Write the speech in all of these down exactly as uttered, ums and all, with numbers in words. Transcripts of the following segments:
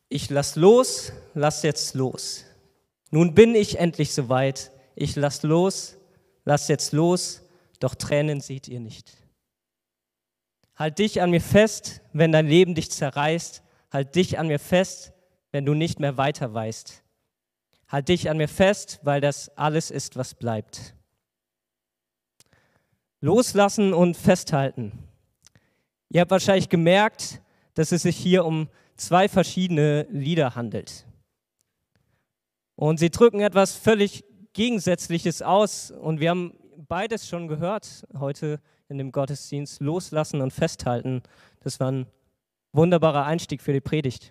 Ich lass los, lass jetzt los. Nun bin ich endlich soweit. Ich lass los, lass jetzt los, doch Tränen seht ihr nicht. Halt dich an mir fest, wenn dein Leben dich zerreißt. Halt dich an mir fest, wenn du nicht mehr weiter weißt. Halt dich an mir fest, weil das alles ist, was bleibt. Loslassen und festhalten. Ihr habt wahrscheinlich gemerkt, dass es sich hier um zwei verschiedene Lieder handelt. Und sie drücken etwas völlig Gegensätzliches aus. Und wir haben beides schon gehört heute in dem Gottesdienst. Loslassen und festhalten. Das war ein wunderbarer Einstieg für die Predigt.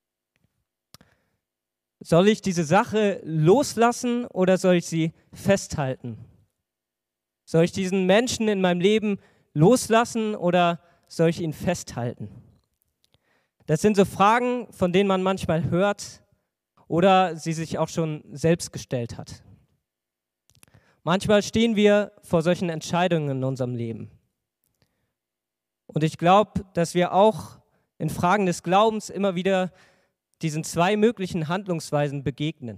Soll ich diese Sache loslassen oder soll ich sie festhalten? Soll ich diesen Menschen in meinem Leben loslassen oder soll ich ihn festhalten? Das sind so Fragen, von denen man manchmal hört oder sie sich auch schon selbst gestellt hat. Manchmal stehen wir vor solchen Entscheidungen in unserem Leben. Und ich glaube, dass wir auch in Fragen des Glaubens immer wieder diesen zwei möglichen Handlungsweisen begegnen.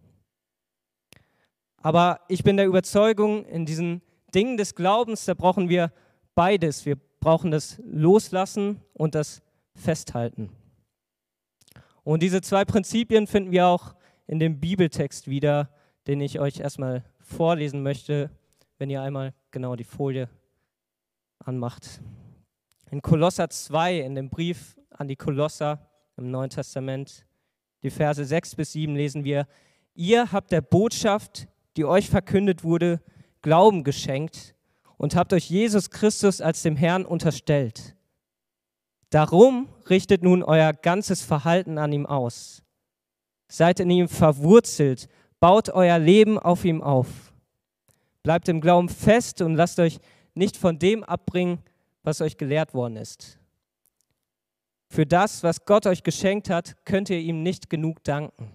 Aber ich bin der Überzeugung, in diesen Dingen des Glaubens, da brauchen wir beides. Wir brauchen das Loslassen und das Festhalten. Und diese zwei Prinzipien finden wir auch in dem Bibeltext wieder, den ich euch erstmal vorlesen möchte, wenn ihr einmal genau die Folie anmacht. In Kolosser zwei, in dem Brief an die Kolosser im Neuen Testament, die Verse sechs bis sieben lesen wir: Ihr habt der Botschaft, die euch verkündet wurde, Glauben geschenkt und habt euch Jesus Christus als dem Herrn unterstellt. Darum richtet nun euer ganzes Verhalten an ihm aus. Seid in ihm verwurzelt, baut euer Leben auf ihm auf. Bleibt im Glauben fest und lasst euch nicht von dem abbringen, was euch gelehrt worden ist. Für das, was Gott euch geschenkt hat, könnt ihr ihm nicht genug danken.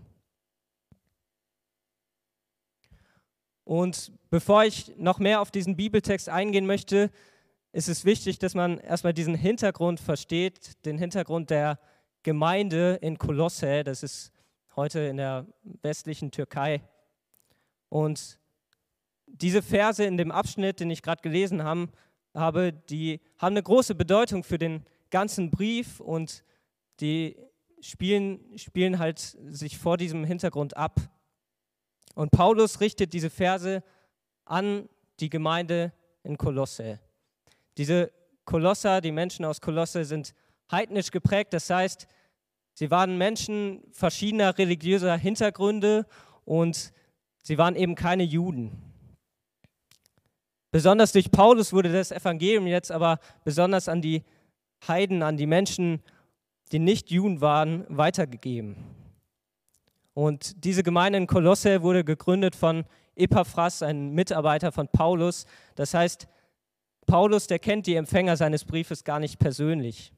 Und bevor ich noch mehr auf diesen Bibeltext eingehen möchte, ist es wichtig, dass man erstmal diesen Hintergrund versteht, den Hintergrund der Gemeinde in Kolosse. Das ist heute in der westlichen Türkei. Und diese Verse in dem Abschnitt, den ich gerade gelesen habe, habe, die haben eine große Bedeutung für den ganzen Brief und die spielen, spielen halt sich vor diesem Hintergrund ab. Und Paulus richtet diese Verse an die Gemeinde in Kolosse. Diese Kolosser, die Menschen aus Kolosse, sind heidnisch geprägt. Das heißt, sie waren Menschen verschiedener religiöser Hintergründe und sie waren eben keine Juden. Besonders durch Paulus wurde das Evangelium jetzt aber besonders an die Heiden, an die Menschen, die nicht Juden waren, weitergegeben. Und diese Gemeinde in Kolosse wurde gegründet von Epaphras, einem Mitarbeiter von Paulus. Das heißt, Paulus, der kennt die Empfänger seines Briefes gar nicht persönlich.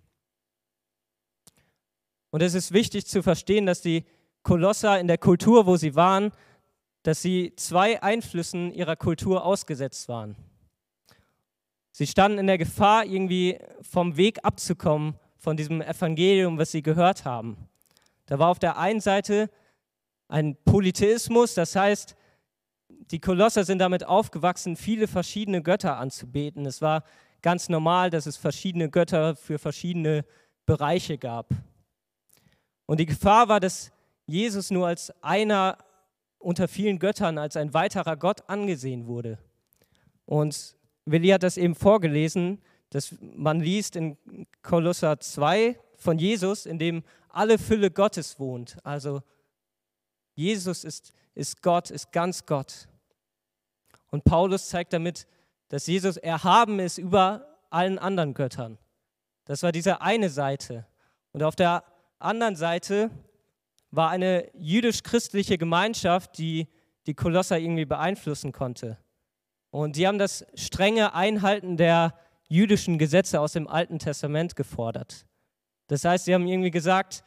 Und es ist wichtig zu verstehen, dass die Kolosser in der Kultur, wo sie waren, dass sie zwei Einflüssen ihrer Kultur ausgesetzt waren. Sie standen in der Gefahr, irgendwie vom Weg abzukommen, von diesem Evangelium, was sie gehört haben. Da war auf der einen Seite ein Polytheismus, das heißt, die Kolosser sind damit aufgewachsen, viele verschiedene Götter anzubeten. Es war ganz normal, dass es verschiedene Götter für verschiedene Bereiche gab. Und die Gefahr war, dass Jesus nur als einer unter vielen Göttern, als ein weiterer Gott angesehen wurde. Und Willi hat das eben vorgelesen, dass man liest in Kolosser zwei von Jesus, in dem alle Fülle Gottes wohnt. Also Jesus ist, ist Gott, ist ganz Gott. Und Paulus zeigt damit, dass Jesus erhaben ist über allen anderen Göttern. Das war diese eine Seite. Und auf der anderen Seite war eine jüdisch-christliche Gemeinschaft, die die Kolosser irgendwie beeinflussen konnte. Und die haben das strenge Einhalten der jüdischen Gesetze aus dem Alten Testament gefordert. Das heißt, sie haben irgendwie gesagt,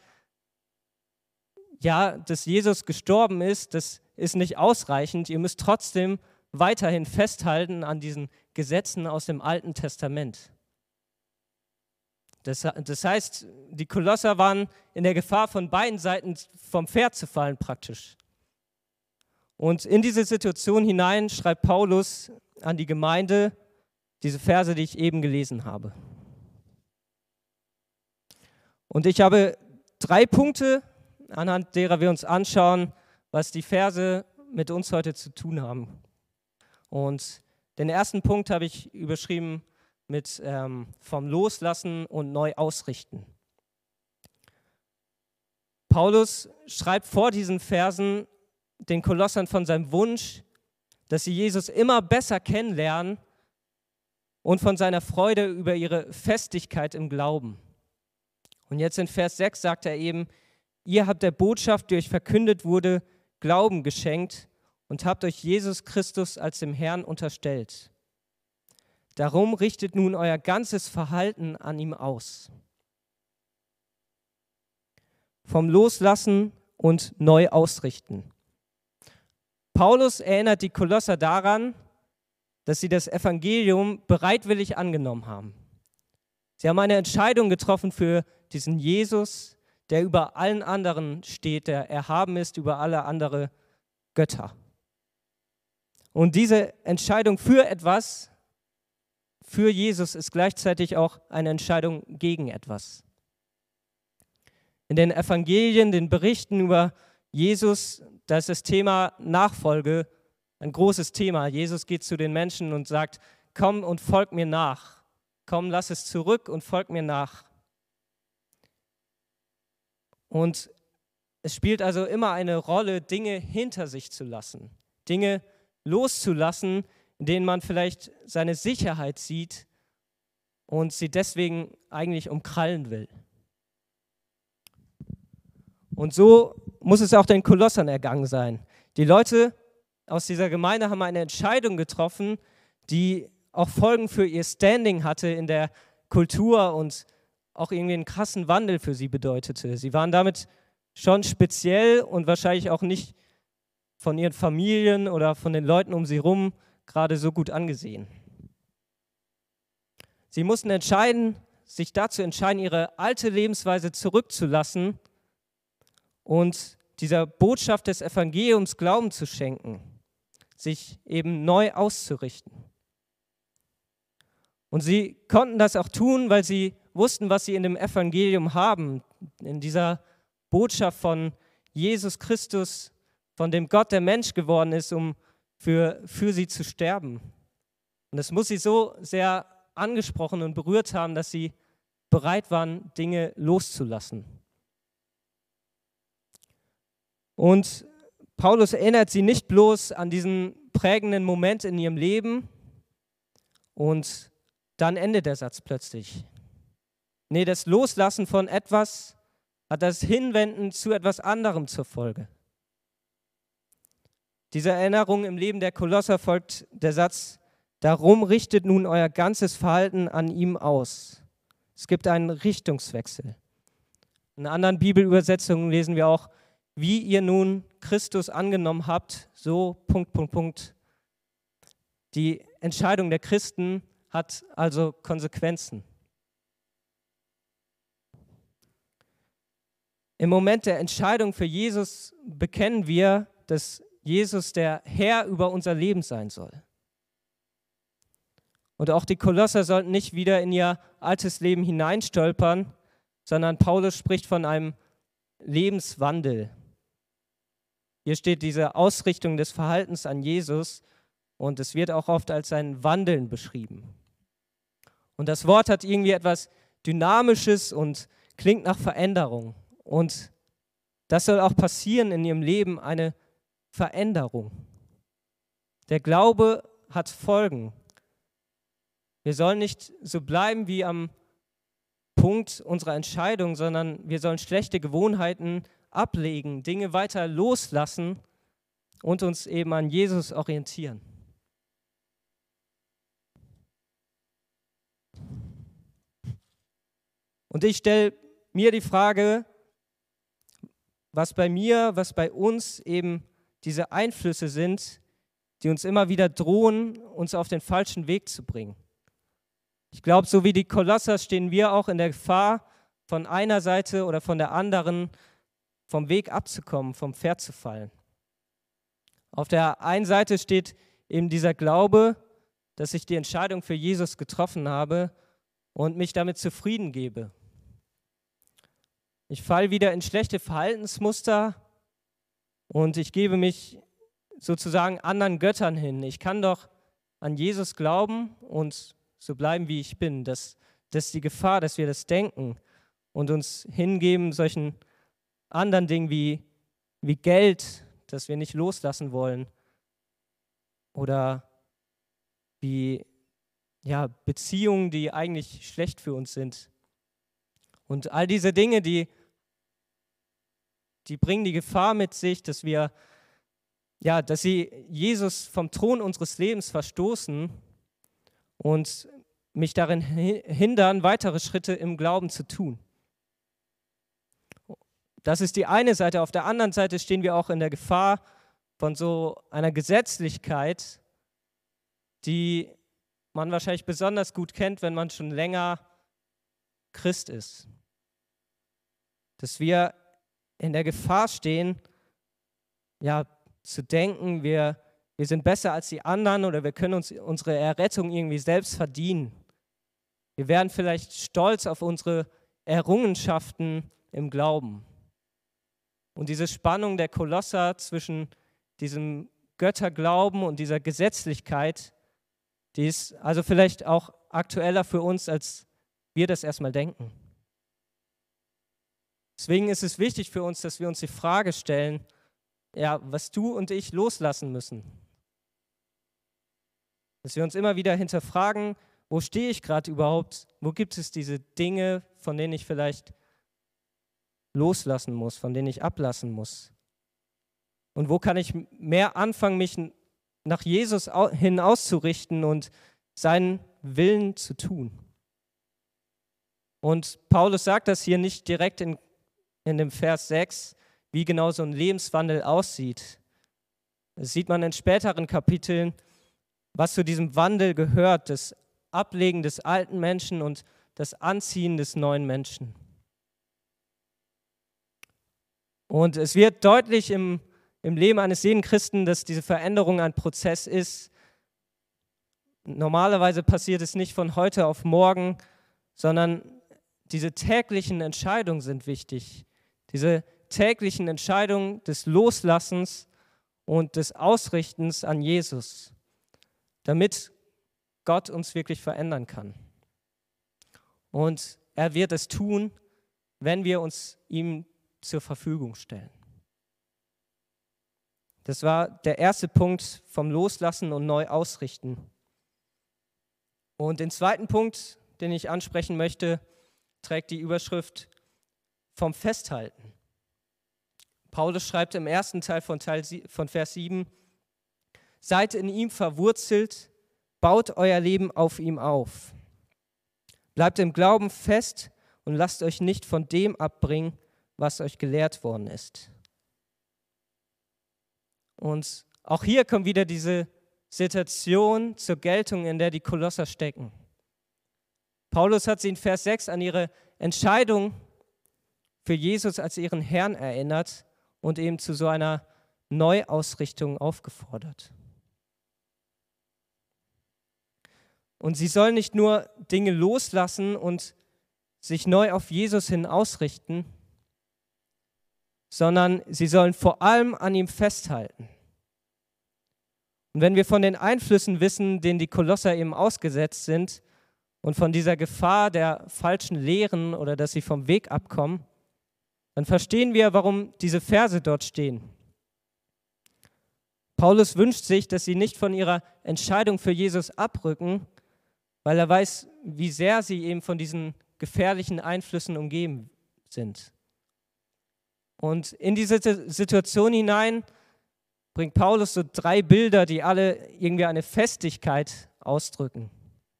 ja, dass Jesus gestorben ist, das ist nicht ausreichend. Ihr müsst trotzdem weiterhin festhalten an diesen Gesetzen aus dem Alten Testament. Das, das heißt, die Kolosser waren in der Gefahr, von beiden Seiten vom Pferd zu fallen praktisch. Und in diese Situation hinein schreibt Paulus an die Gemeinde diese Verse, die ich eben gelesen habe. Und ich habe drei Punkte, anhand derer wir uns anschauen, was die Verse mit uns heute zu tun haben. Und den ersten Punkt habe ich überschrieben mit ähm, vom Loslassen und neu ausrichten. Paulus schreibt vor diesen Versen den Kolossern von seinem Wunsch, dass sie Jesus immer besser kennenlernen und von seiner Freude über ihre Festigkeit im Glauben. Und jetzt in Vers sechs sagt er eben, ihr habt der Botschaft, die euch verkündet wurde, Glauben geschenkt und habt euch Jesus Christus als dem Herrn unterstellt. Darum richtet nun euer ganzes Verhalten an ihm aus. Vom Loslassen und neu ausrichten. Paulus erinnert die Kolosser daran, dass sie das Evangelium bereitwillig angenommen haben. Sie haben eine Entscheidung getroffen für diesen Jesus, der über allen anderen steht, der erhaben ist über alle anderen Götter. Und diese Entscheidung für etwas, für Jesus, ist gleichzeitig auch eine Entscheidung gegen etwas. In den Evangelien, den Berichten über Jesus, da ist das Thema Nachfolge ein großes Thema. Jesus geht zu den Menschen und sagt, komm und folg mir nach. Komm, lass es zurück und folg mir nach. Und es spielt also immer eine Rolle, Dinge hinter sich zu lassen, Dinge loszulassen, in denen man vielleicht seine Sicherheit sieht und sie deswegen eigentlich umkrallen will. Und so muss es auch den Kolossern ergangen sein. Die Leute aus dieser Gemeinde haben eine Entscheidung getroffen, die auch Folgen für ihr Standing hatte in der Kultur und auch irgendwie einen krassen Wandel für sie bedeutete. Sie waren damit schon speziell und wahrscheinlich auch nicht von ihren Familien oder von den Leuten um sie herum gerade so gut angesehen. Sie mussten entscheiden, sich dazu entscheiden, ihre alte Lebensweise zurückzulassen und dieser Botschaft des Evangeliums Glauben zu schenken, sich eben neu auszurichten. Und sie konnten das auch tun, weil sie wussten, was sie in dem Evangelium haben, in dieser Botschaft von Jesus Christus, von dem Gott, der Mensch geworden ist, um für, für sie zu sterben. Und es muss sie so sehr angesprochen und berührt haben, dass sie bereit waren, Dinge loszulassen. Und Paulus erinnert sie nicht bloß an diesen prägenden Moment in ihrem Leben und dann endet der Satz plötzlich. Nee, das Loslassen von etwas hat das Hinwenden zu etwas anderem zur Folge. Dieser Erinnerung im Leben der Kolosser folgt der Satz, darum richtet nun euer ganzes Verhalten an ihm aus. Es gibt einen Richtungswechsel. In anderen Bibelübersetzungen lesen wir auch, wie ihr nun Christus angenommen habt, so Punkt, Punkt, Punkt. Die Entscheidung der Christen hat also Konsequenzen. Im Moment der Entscheidung für Jesus bekennen wir, dass Jesus der Herr über unser Leben sein soll. Und auch die Kolosser sollten nicht wieder in ihr altes Leben hineinstolpern, sondern Paulus spricht von einem Lebenswandel. Hier steht diese Ausrichtung des Verhaltens an Jesus und es wird auch oft als ein Wandeln beschrieben. Und das Wort hat irgendwie etwas Dynamisches und klingt nach Veränderung. Und das soll auch passieren in ihrem Leben, eine Veränderung. Der Glaube hat Folgen. Wir sollen nicht so bleiben wie am Punkt unserer Entscheidung, sondern wir sollen schlechte Gewohnheiten ablegen, Dinge weiter loslassen und uns eben an Jesus orientieren. Und ich stelle mir die Frage, was bei mir, was bei uns eben diese Einflüsse sind, die uns immer wieder drohen, uns auf den falschen Weg zu bringen. Ich glaube, so wie die Kolosser stehen wir auch in der Gefahr, von einer Seite oder von der anderen vom Weg abzukommen, vom Pferd zu fallen. Auf der einen Seite steht eben dieser Glaube, dass ich die Entscheidung für Jesus getroffen habe und mich damit zufrieden gebe. Ich falle wieder in schlechte Verhaltensmuster und ich gebe mich sozusagen anderen Göttern hin. Ich kann doch an Jesus glauben und so bleiben, wie ich bin. Das, das ist die Gefahr, dass wir das denken und uns hingeben solchen anderen Dingen wie, wie Geld, das wir nicht loslassen wollen, oder wie ja, Beziehungen, die eigentlich schlecht für uns sind. Und all diese Dinge, die, die bringen die Gefahr mit sich, dass wir, ja, dass sie Jesus vom Thron unseres Lebens verstoßen und mich darin hindern, weitere Schritte im Glauben zu tun. Das ist die eine Seite. Auf der anderen Seite stehen wir auch in der Gefahr von so einer Gesetzlichkeit, die man wahrscheinlich besonders gut kennt, wenn man schon länger Christ ist. Dass wir in der Gefahr stehen, ja, zu denken, wir, wir sind besser als die anderen oder wir können uns unsere Errettung irgendwie selbst verdienen. Wir werden vielleicht stolz auf unsere Errungenschaften im Glauben. Und diese Spannung der Kolosser zwischen diesem Götterglauben und dieser Gesetzlichkeit, die ist also vielleicht auch aktueller für uns, als wir das erstmal denken. Deswegen ist es wichtig für uns, dass wir uns die Frage stellen, ja, was du und ich loslassen müssen. Dass wir uns immer wieder hinterfragen, wo stehe ich gerade überhaupt? Wo gibt es diese Dinge, von denen ich vielleicht loslassen muss, von denen ich ablassen muss? Und wo kann ich mehr anfangen, mich nach Jesus hin auszurichten und seinen Willen zu tun? Und Paulus sagt das hier nicht direkt in, in dem Vers sechs, wie genau so ein Lebenswandel aussieht. Das sieht man in späteren Kapiteln, was zu diesem Wandel gehört, das Ablegen des alten Menschen und das Anziehen des neuen Menschen. Und es wird deutlich im, im Leben eines jeden Christen, dass diese Veränderung ein Prozess ist. Normalerweise passiert es nicht von heute auf morgen, sondern diese täglichen Entscheidungen sind wichtig. Diese täglichen Entscheidungen des Loslassens und des Ausrichtens an Jesus, damit Gott uns wirklich verändern kann. Und er wird es tun, wenn wir uns ihm zur Verfügung stellen. Das war der erste Punkt vom Loslassen und neu ausrichten. Und den zweiten Punkt, den ich ansprechen möchte, trägt die Überschrift vom Festhalten. Paulus schreibt im ersten Teil von, Teil von Vers sieben, seid in ihm verwurzelt, baut euer Leben auf ihm auf. Bleibt im Glauben fest und lasst euch nicht von dem abbringen, was euch gelehrt worden ist. Und auch hier kommt wieder diese Situation zur Geltung, in der die Kolosser stecken. Paulus hat sie in Vers sechs an ihre Entscheidung für Jesus als ihren Herrn erinnert und eben zu so einer Neuausrichtung aufgefordert. Und sie sollen nicht nur Dinge loslassen und sich neu auf Jesus hin ausrichten, sondern sie sollen vor allem an ihm festhalten. Und wenn wir von den Einflüssen wissen, denen die Kolosser eben ausgesetzt sind und von dieser Gefahr der falschen Lehren oder dass sie vom Weg abkommen, dann verstehen wir, warum diese Verse dort stehen. Paulus wünscht sich, dass sie nicht von ihrer Entscheidung für Jesus abrücken, weil er weiß, wie sehr sie eben von diesen gefährlichen Einflüssen umgeben sind. Und in diese Situation hinein bringt Paulus so drei Bilder, die alle irgendwie eine Festigkeit ausdrücken.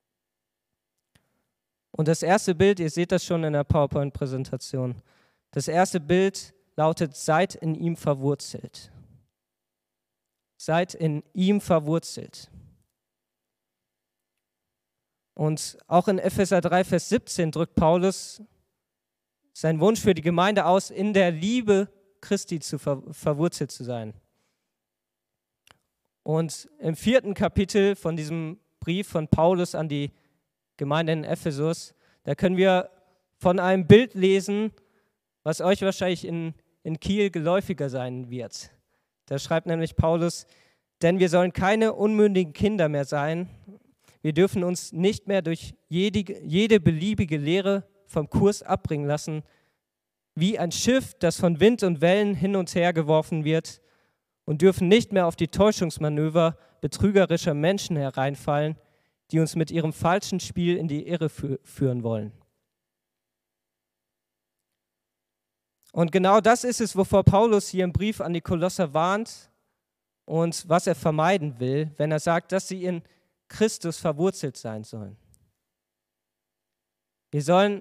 Und das erste Bild, ihr seht das schon in der PowerPoint-Präsentation, das erste Bild lautet, seid in ihm verwurzelt. Seid in ihm verwurzelt. Und auch in Epheser drei, Vers siebzehn drückt Paulus seinen Wunsch für die Gemeinde aus, in der Liebe Christi zu ver- verwurzelt zu sein. Und im vierten Kapitel von diesem Brief von Paulus an die Gemeinde in Ephesus, da können wir von einem Bild lesen, was euch wahrscheinlich in, in Kiel geläufiger sein wird. Da schreibt nämlich Paulus, denn wir sollen keine unmündigen Kinder mehr sein. Wir dürfen uns nicht mehr durch jede, jede beliebige Lehre vom Kurs abbringen lassen, wie ein Schiff, das von Wind und Wellen hin und her geworfen wird, und dürfen nicht mehr auf die Täuschungsmanöver betrügerischer Menschen hereinfallen, die uns mit ihrem falschen Spiel in die Irre fü- führen wollen. Und genau das ist es, wovor Paulus hier im Brief an die Kolosser warnt und was er vermeiden will, wenn er sagt, dass sie in Christus verwurzelt sein sollen. Wir sollen,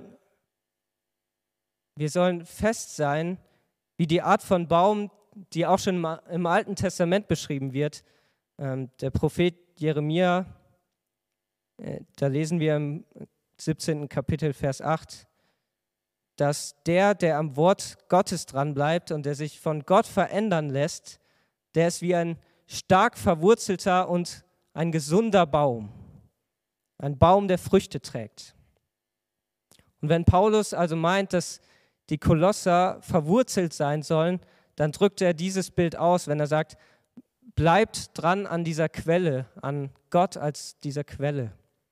wir sollen fest sein, wie die Art von Baum, die auch schon im Alten Testament beschrieben wird. Ähm, der Prophet Jeremia, äh, da lesen wir im siebzehnten Kapitel, Vers acht, dass der, der am Wort Gottes dranbleibt und der sich von Gott verändern lässt, der ist wie ein stark verwurzelter und ein gesunder Baum. Ein Baum, der Früchte trägt. Und wenn Paulus also meint, dass die Kolosser verwurzelt sein sollen, dann drückt er dieses Bild aus, wenn er sagt, bleibt dran an dieser Quelle, an Gott als dieser Quelle.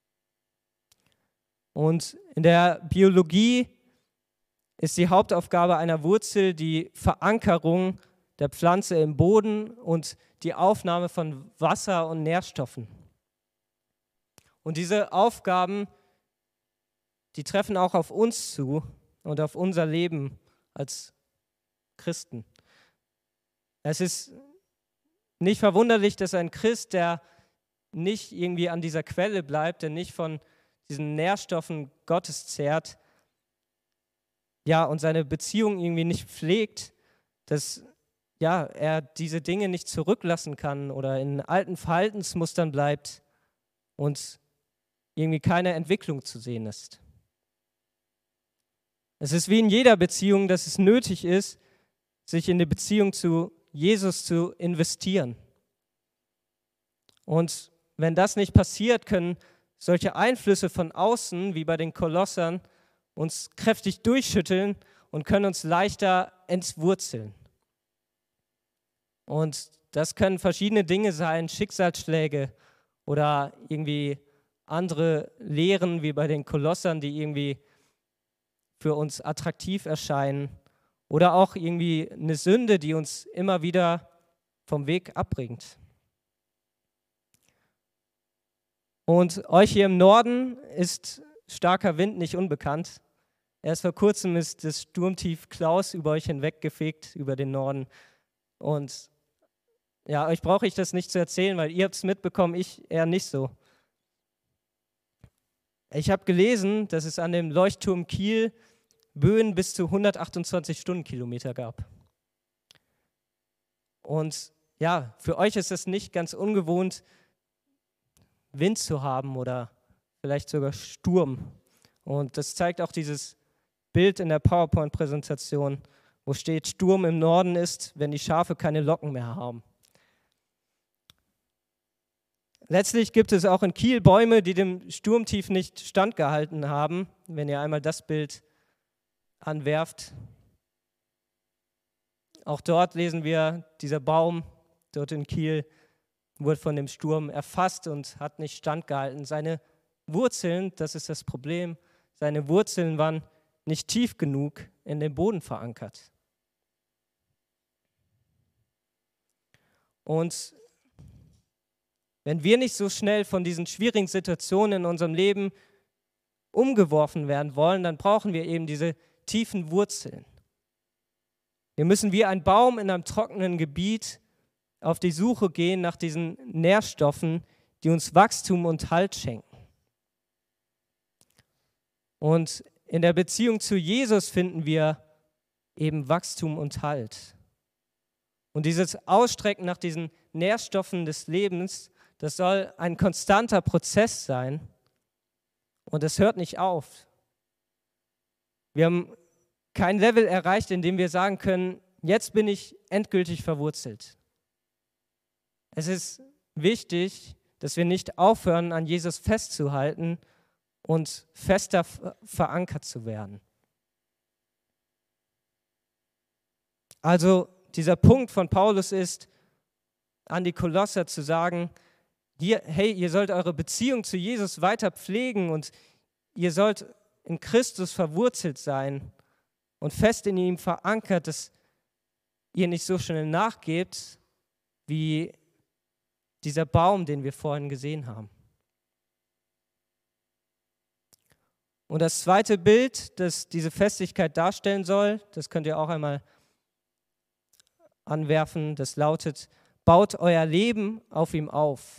Und in der Biologie ist die Hauptaufgabe einer Wurzel die Verankerung der Pflanze im Boden und die Aufnahme von Wasser und Nährstoffen. Und diese Aufgaben, die treffen auch auf uns zu und auf unser Leben als Christen. Es ist nicht verwunderlich, dass ein Christ, der nicht irgendwie an dieser Quelle bleibt, der nicht von diesen Nährstoffen Gottes zehrt, ja, und seine Beziehung irgendwie nicht pflegt, dass ja, er diese Dinge nicht zurücklassen kann oder in alten Verhaltensmustern bleibt und irgendwie keine Entwicklung zu sehen ist. Es ist wie in jeder Beziehung, dass es nötig ist, sich in die Beziehung zu Jesus zu investieren. Und wenn das nicht passiert, können solche Einflüsse von außen, wie bei den Kolossern, uns kräftig durchschütteln und können uns leichter entwurzeln. Und das können verschiedene Dinge sein, Schicksalsschläge oder irgendwie andere Lehren wie bei den Kolossern, die irgendwie für uns attraktiv erscheinen. Oder auch irgendwie eine Sünde, die uns immer wieder vom Weg abbringt. Und euch hier im Norden ist starker Wind nicht unbekannt. Erst vor kurzem ist das Sturmtief Klaus über euch hinweggefegt, über den Norden. Und ja, euch brauche ich das nicht zu erzählen, weil ihr habt es mitbekommen, ich eher nicht so. Ich habe gelesen, dass es an dem Leuchtturm Kiel Böen bis zu hundertachtundzwanzig Stundenkilometer gab. Und ja, für euch ist es nicht ganz ungewohnt, Wind zu haben oder vielleicht sogar Sturm. Und das zeigt auch dieses Bild in der PowerPoint-Präsentation, wo steht, Sturm im Norden ist, wenn die Schafe keine Locken mehr haben. Letztlich gibt es auch in Kiel Bäume, die dem Sturmtief nicht standgehalten haben, wenn ihr einmal das Bild anwerft. Auch dort lesen wir, dieser Baum dort in Kiel wurde von dem Sturm erfasst und hat nicht standgehalten. Seine Wurzeln, das ist das Problem, seine Wurzeln waren nicht tief genug in den Boden verankert. Und wenn wir nicht so schnell von diesen schwierigen Situationen in unserem Leben umgeworfen werden wollen, dann brauchen wir eben diese tiefen Wurzeln. Wir müssen wie ein Baum in einem trockenen Gebiet auf die Suche gehen nach diesen Nährstoffen, die uns Wachstum und Halt schenken. Und in der Beziehung zu Jesus finden wir eben Wachstum und Halt. Und dieses Ausstrecken nach diesen Nährstoffen des Lebens, das soll ein konstanter Prozess sein. Und es hört nicht auf. Wir haben kein Level erreicht, in dem wir sagen können, jetzt bin ich endgültig verwurzelt. Es ist wichtig, dass wir nicht aufhören, an Jesus festzuhalten und fester verankert zu werden. Also dieser Punkt von Paulus ist, an die Kolosser zu sagen, hier, hey, ihr sollt eure Beziehung zu Jesus weiter pflegen und ihr sollt in Christus verwurzelt sein und fest in ihm verankert, dass ihr nicht so schnell nachgebt wie dieser Baum, den wir vorhin gesehen haben. Und das zweite Bild, das diese Festigkeit darstellen soll, das könnt ihr auch einmal anwerfen, das lautet, baut euer Leben auf ihm auf.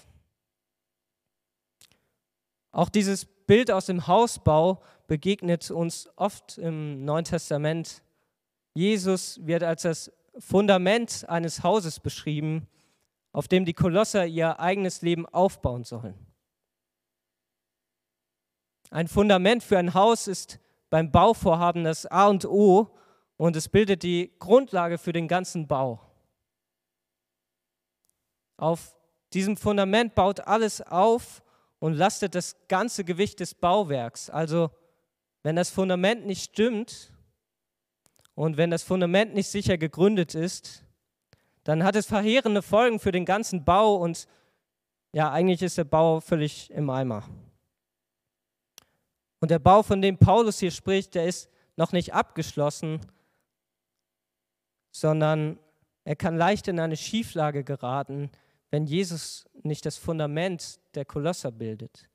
Auch dieses Bild aus dem Hausbau begegnet uns oft im Neuen Testament. Jesus wird als das Fundament eines Hauses beschrieben, auf dem die Kolosser ihr eigenes Leben aufbauen sollen. Ein Fundament für ein Haus ist beim Bauvorhaben das A und O und es bildet die Grundlage für den ganzen Bau. Auf diesem Fundament baut alles auf und lastet das ganze Gewicht des Bauwerks. Also wenn das Fundament nicht stimmt und wenn das Fundament nicht sicher gegründet ist, dann hat es verheerende Folgen für den ganzen Bau und ja, eigentlich ist der Bau völlig im Eimer. Und der Bau, von dem Paulus hier spricht, der ist noch nicht abgeschlossen, sondern er kann leicht in eine Schieflage geraten, wenn Jesus nicht das Fundament der Kolosser bildet.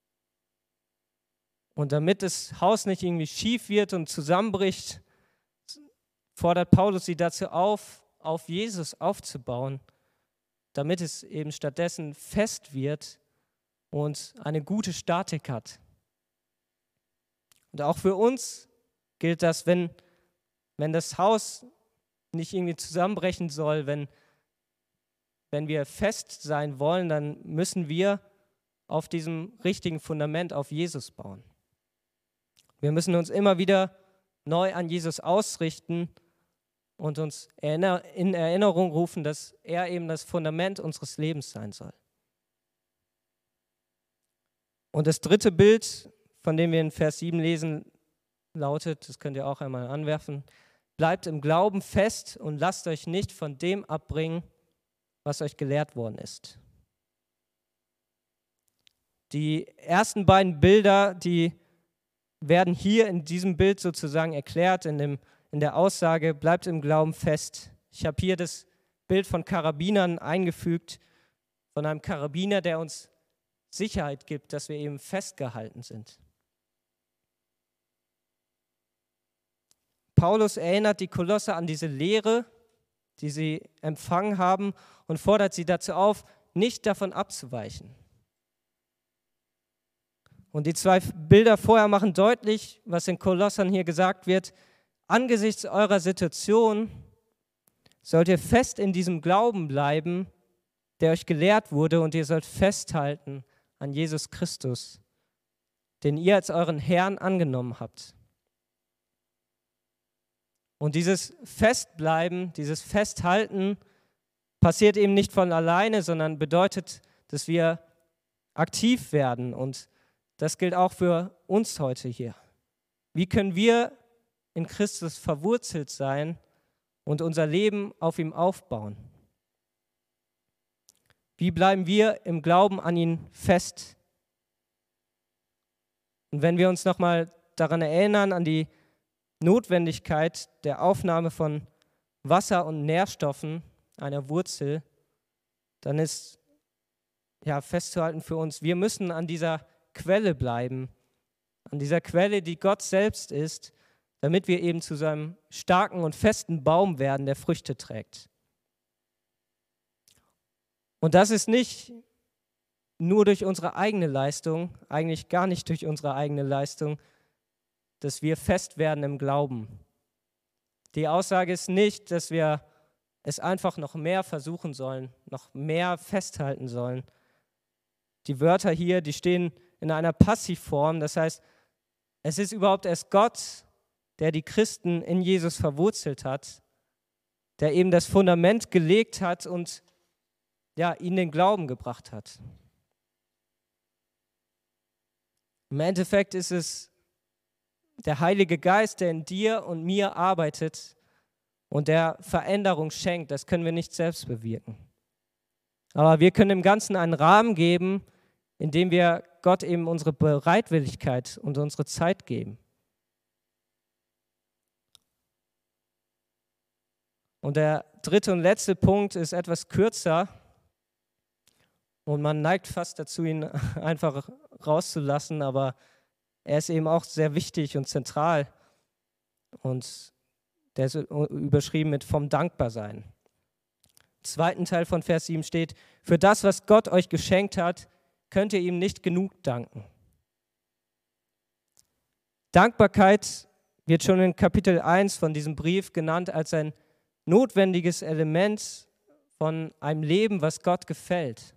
Und damit das Haus nicht irgendwie schief wird und zusammenbricht, fordert Paulus sie dazu auf, auf Jesus aufzubauen, damit es eben stattdessen fest wird und eine gute Statik hat. Und auch für uns gilt das, wenn, wenn das Haus nicht irgendwie zusammenbrechen soll, wenn, wenn wir fest sein wollen, dann müssen wir auf diesem richtigen Fundament auf Jesus bauen. Wir müssen uns immer wieder neu an Jesus ausrichten und uns in Erinnerung rufen, dass er eben das Fundament unseres Lebens sein soll. Und das dritte Bild, von dem wir in Vers sieben lesen, lautet, das könnt ihr auch einmal anwerfen, bleibt im Glauben fest und lasst euch nicht von dem abbringen, was euch gelehrt worden ist. Die ersten beiden Bilder, die werden hier in diesem Bild sozusagen erklärt, in, dem, in der Aussage, bleibt im Glauben fest. Ich habe hier das Bild von Karabinern eingefügt, von einem Karabiner, der uns Sicherheit gibt, dass wir eben festgehalten sind. Paulus erinnert die Kolosser an diese Lehre, die sie empfangen haben und fordert sie dazu auf, nicht davon abzuweichen. Und die zwei Bilder vorher machen deutlich, was in Kolossern hier gesagt wird. Angesichts eurer Situation sollt ihr fest in diesem Glauben bleiben, der euch gelehrt wurde, und ihr sollt festhalten an Jesus Christus, den ihr als euren Herrn angenommen habt. Und dieses Festbleiben, dieses Festhalten passiert eben nicht von alleine, sondern bedeutet, dass wir aktiv werden. Und das gilt auch für uns heute hier. Wie können wir in Christus verwurzelt sein und unser Leben auf ihm aufbauen? Wie bleiben wir im Glauben an ihn fest? Und wenn wir uns nochmal daran erinnern, an die Notwendigkeit der Aufnahme von Wasser und Nährstoffen einer Wurzel, dann ist ja festzuhalten für uns, wir müssen an dieser Quelle bleiben, an dieser Quelle, die Gott selbst ist, damit wir eben zu seinem starken und festen Baum werden, der Früchte trägt. Und das ist nicht nur durch unsere eigene Leistung, eigentlich gar nicht durch unsere eigene Leistung, dass wir fest werden im Glauben. Die Aussage ist nicht, dass wir es einfach noch mehr versuchen sollen, noch mehr festhalten sollen. Die Wörter hier, die stehen in einer Passivform. Das heißt, es ist überhaupt erst Gott, der die Christen in Jesus verwurzelt hat, der eben das Fundament gelegt hat und ja, ihnen den Glauben gebracht hat. Im Endeffekt ist es der Heilige Geist, der in dir und mir arbeitet und der Veränderung schenkt. Das können wir nicht selbst bewirken. Aber wir können dem Ganzen einen Rahmen geben, indem wir Gott eben unsere Bereitwilligkeit und unsere Zeit geben. Und der dritte und letzte Punkt ist etwas kürzer und man neigt fast dazu, ihn einfach rauszulassen, aber er ist eben auch sehr wichtig und zentral und der ist überschrieben mit vom Dankbarsein. Im zweiten Teil von Vers sieben steht, für das, was Gott euch geschenkt hat, könnt ihr ihm nicht genug danken. Dankbarkeit wird schon in Kapitel eins von diesem Brief genannt als ein notwendiges Element von einem Leben, was Gott gefällt.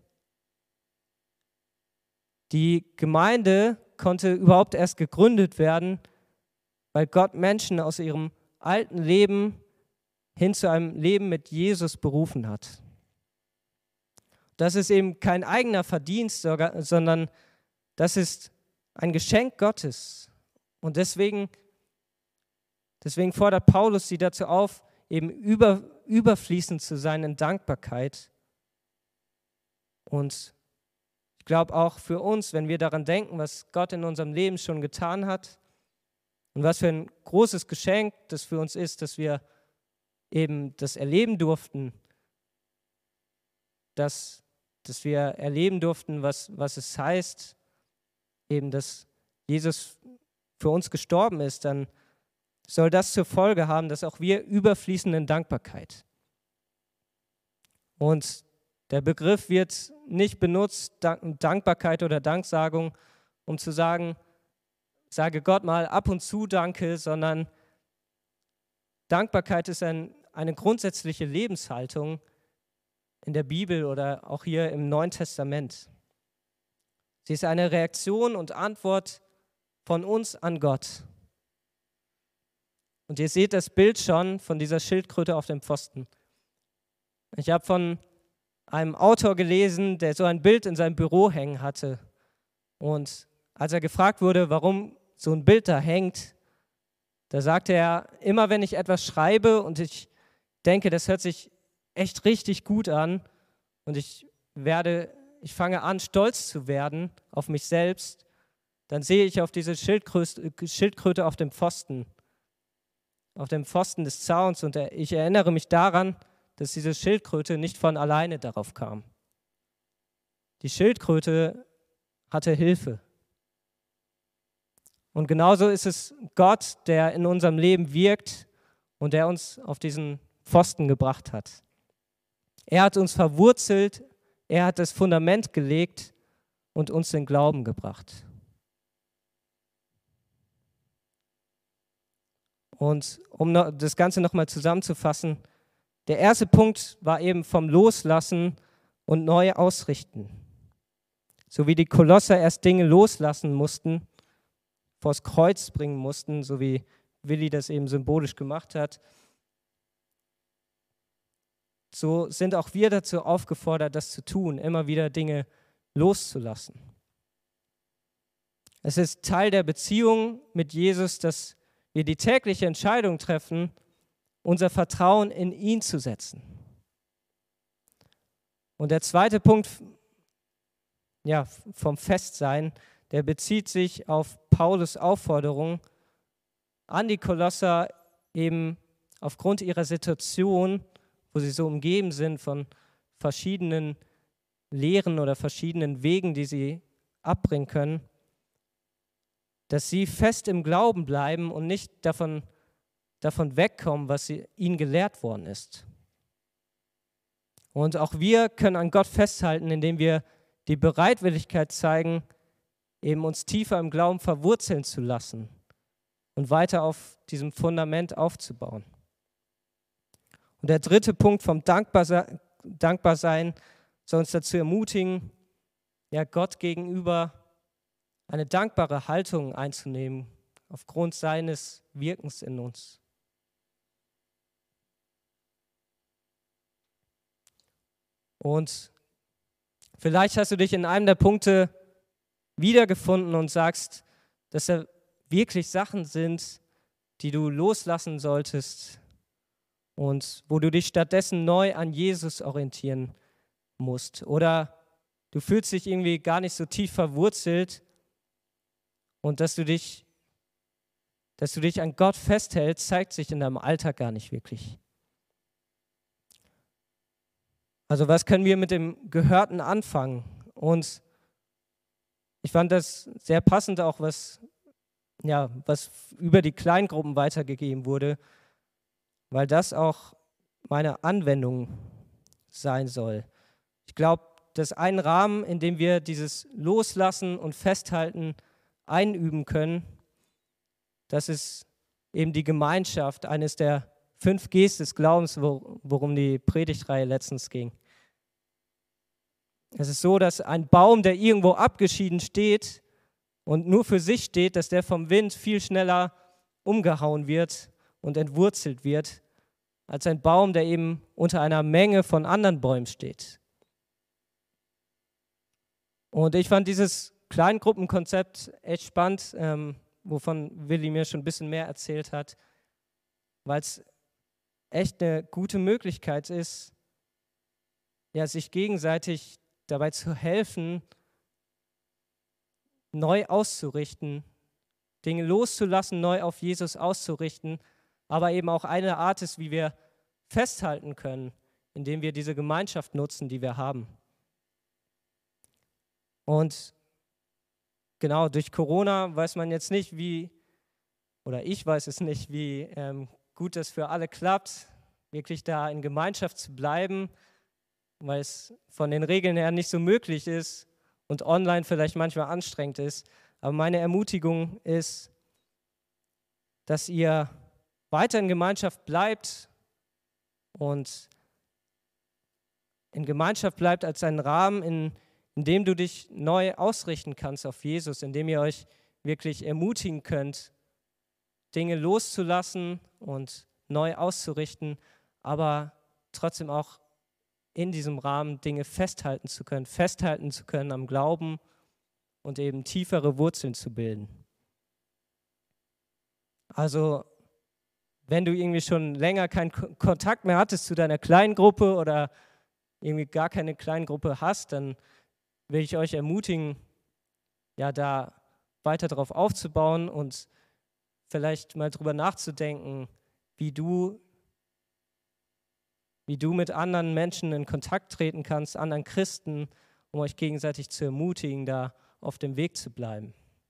Die Gemeinde konnte überhaupt erst gegründet werden, weil Gott Menschen aus ihrem alten Leben hin zu einem Leben mit Jesus berufen hat. Das ist eben kein eigener Verdienst, sondern das ist ein Geschenk Gottes. Und deswegen, deswegen fordert Paulus sie dazu auf, eben über, überfließend zu sein in Dankbarkeit. Und ich glaube auch für uns, wenn wir daran denken, was Gott in unserem Leben schon getan hat und was für ein großes Geschenk das für uns ist, dass wir eben das erleben durften, dass, dass wir erleben durften, was, was es heißt, eben, dass Jesus für uns gestorben ist, dann soll das zur Folge haben, dass auch wir überfließen in Dankbarkeit. Und der Begriff wird nicht benutzt, Dankbarkeit oder Danksagung, um zu sagen, sage Gott mal ab und zu Danke, sondern Dankbarkeit ist ein, eine grundsätzliche Lebenshaltung in der Bibel oder auch hier im Neuen Testament. Sie ist eine Reaktion und Antwort von uns an Gott. Und ihr seht das Bild schon von dieser Schildkröte auf dem Pfosten. Ich habe von einem Autor gelesen, der so ein Bild in seinem Büro hängen hatte. Und als er gefragt wurde, warum so ein Bild da hängt, da sagte er, immer wenn ich etwas schreibe und ich denke, das hört sich echt richtig gut an und ich werde, ich fange an, stolz zu werden auf mich selbst, dann sehe ich auf diese Schildkröte, Schildkröte auf dem Pfosten, auf dem Pfosten des Zauns und ich erinnere mich daran, dass diese Schildkröte nicht von alleine darauf kam. Die Schildkröte hatte Hilfe. Und genauso ist es Gott, der in unserem Leben wirkt und der uns auf diesen Pfosten gebracht hat. Er hat uns verwurzelt, er hat das Fundament gelegt und uns den Glauben gebracht. Und um das Ganze nochmal zusammenzufassen, der erste Punkt war eben vom Loslassen und neu ausrichten. So wie die Kolosser erst Dinge loslassen mussten, vors Kreuz bringen mussten, so wie Willi das eben symbolisch gemacht hat, so sind auch wir dazu aufgefordert, das zu tun, immer wieder Dinge loszulassen. Es ist Teil der Beziehung mit Jesus, dass wir die tägliche Entscheidung treffen, unser Vertrauen in ihn zu setzen. Und der zweite Punkt, ja, vom Festsein, der bezieht sich auf Paulus Aufforderung an die Kolosser, eben aufgrund ihrer Situation, wo sie so umgeben sind von verschiedenen Lehren oder verschiedenen Wegen, die sie abbringen können, dass sie fest im Glauben bleiben und nicht davon, davon wegkommen, was sie, ihnen gelehrt worden ist. Und auch wir können an Gott festhalten, indem wir die Bereitwilligkeit zeigen, eben uns tiefer im Glauben verwurzeln zu lassen und weiter auf diesem Fundament aufzubauen. Und der dritte Punkt vom Dankbarsein, Dankbarsein soll uns dazu ermutigen, ja, Gott gegenüber eine dankbare Haltung einzunehmen aufgrund seines Wirkens in uns. Und vielleicht hast du dich in einem der Punkte wiedergefunden und sagst, dass da wirklich Sachen sind, die du loslassen solltest und wo du dich stattdessen neu an Jesus orientieren musst. Oder du fühlst dich irgendwie gar nicht so tief verwurzelt und dass du dich, dass du dich an Gott festhältst, zeigt sich in deinem Alltag gar nicht wirklich. Also was können wir mit dem Gehörten anfangen? Und ich fand das sehr passend auch, was, ja, was über die Kleingruppen weitergegeben wurde, weil das auch meine Anwendung sein soll. Ich glaube, dass ein Rahmen, in dem wir dieses Loslassen und Festhalten einüben können, das ist eben die Gemeinschaft, eines der fünf Gs des Glaubens, worum die Predigtreihe letztens ging. Es ist so, dass ein Baum, der irgendwo abgeschieden steht und nur für sich steht, dass der vom Wind viel schneller umgehauen wird und entwurzelt wird, als ein Baum, der eben unter einer Menge von anderen Bäumen steht. Und ich fand dieses Kleingruppenkonzept echt spannend, ähm, wovon Willi mir schon ein bisschen mehr erzählt hat, weil es echt eine gute Möglichkeit ist, ja, sich gegenseitig dabei zu helfen, neu auszurichten, Dinge loszulassen, neu auf Jesus auszurichten, aber eben auch eine Art ist, wie wir festhalten können, indem wir diese Gemeinschaft nutzen, die wir haben. Und genau, durch Corona weiß man jetzt nicht, wie, oder ich weiß es nicht, wie ähm, gut das für alle klappt, wirklich da in Gemeinschaft zu bleiben, weil es von den Regeln her nicht so möglich ist und online vielleicht manchmal anstrengend ist. Aber meine Ermutigung ist, dass ihr weiter in Gemeinschaft bleibt und in Gemeinschaft bleibt als ein Rahmen, in, in dem du dich neu ausrichten kannst auf Jesus, in dem ihr euch wirklich ermutigen könnt, Dinge loszulassen und neu auszurichten, aber trotzdem auch in diesem Rahmen Dinge festhalten zu können, festhalten zu können am Glauben und eben tiefere Wurzeln zu bilden. Also, wenn du irgendwie schon länger keinen K- Kontakt mehr hattest zu deiner Kleingruppe oder irgendwie gar keine Kleingruppe hast, dann will ich euch ermutigen, ja, da weiter drauf aufzubauen und vielleicht mal drüber nachzudenken, wie du wie du mit anderen Menschen in Kontakt treten kannst, anderen Christen, um euch gegenseitig zu ermutigen, da auf dem Weg zu bleiben.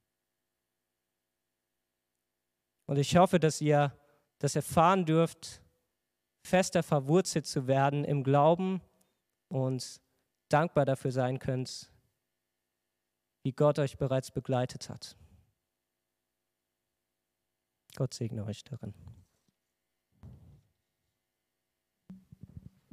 Und ich hoffe, dass ihr das erfahren dürft, fester verwurzelt zu werden im Glauben und dankbar dafür sein könnt, wie Gott euch bereits begleitet hat. Gott segne euch darin.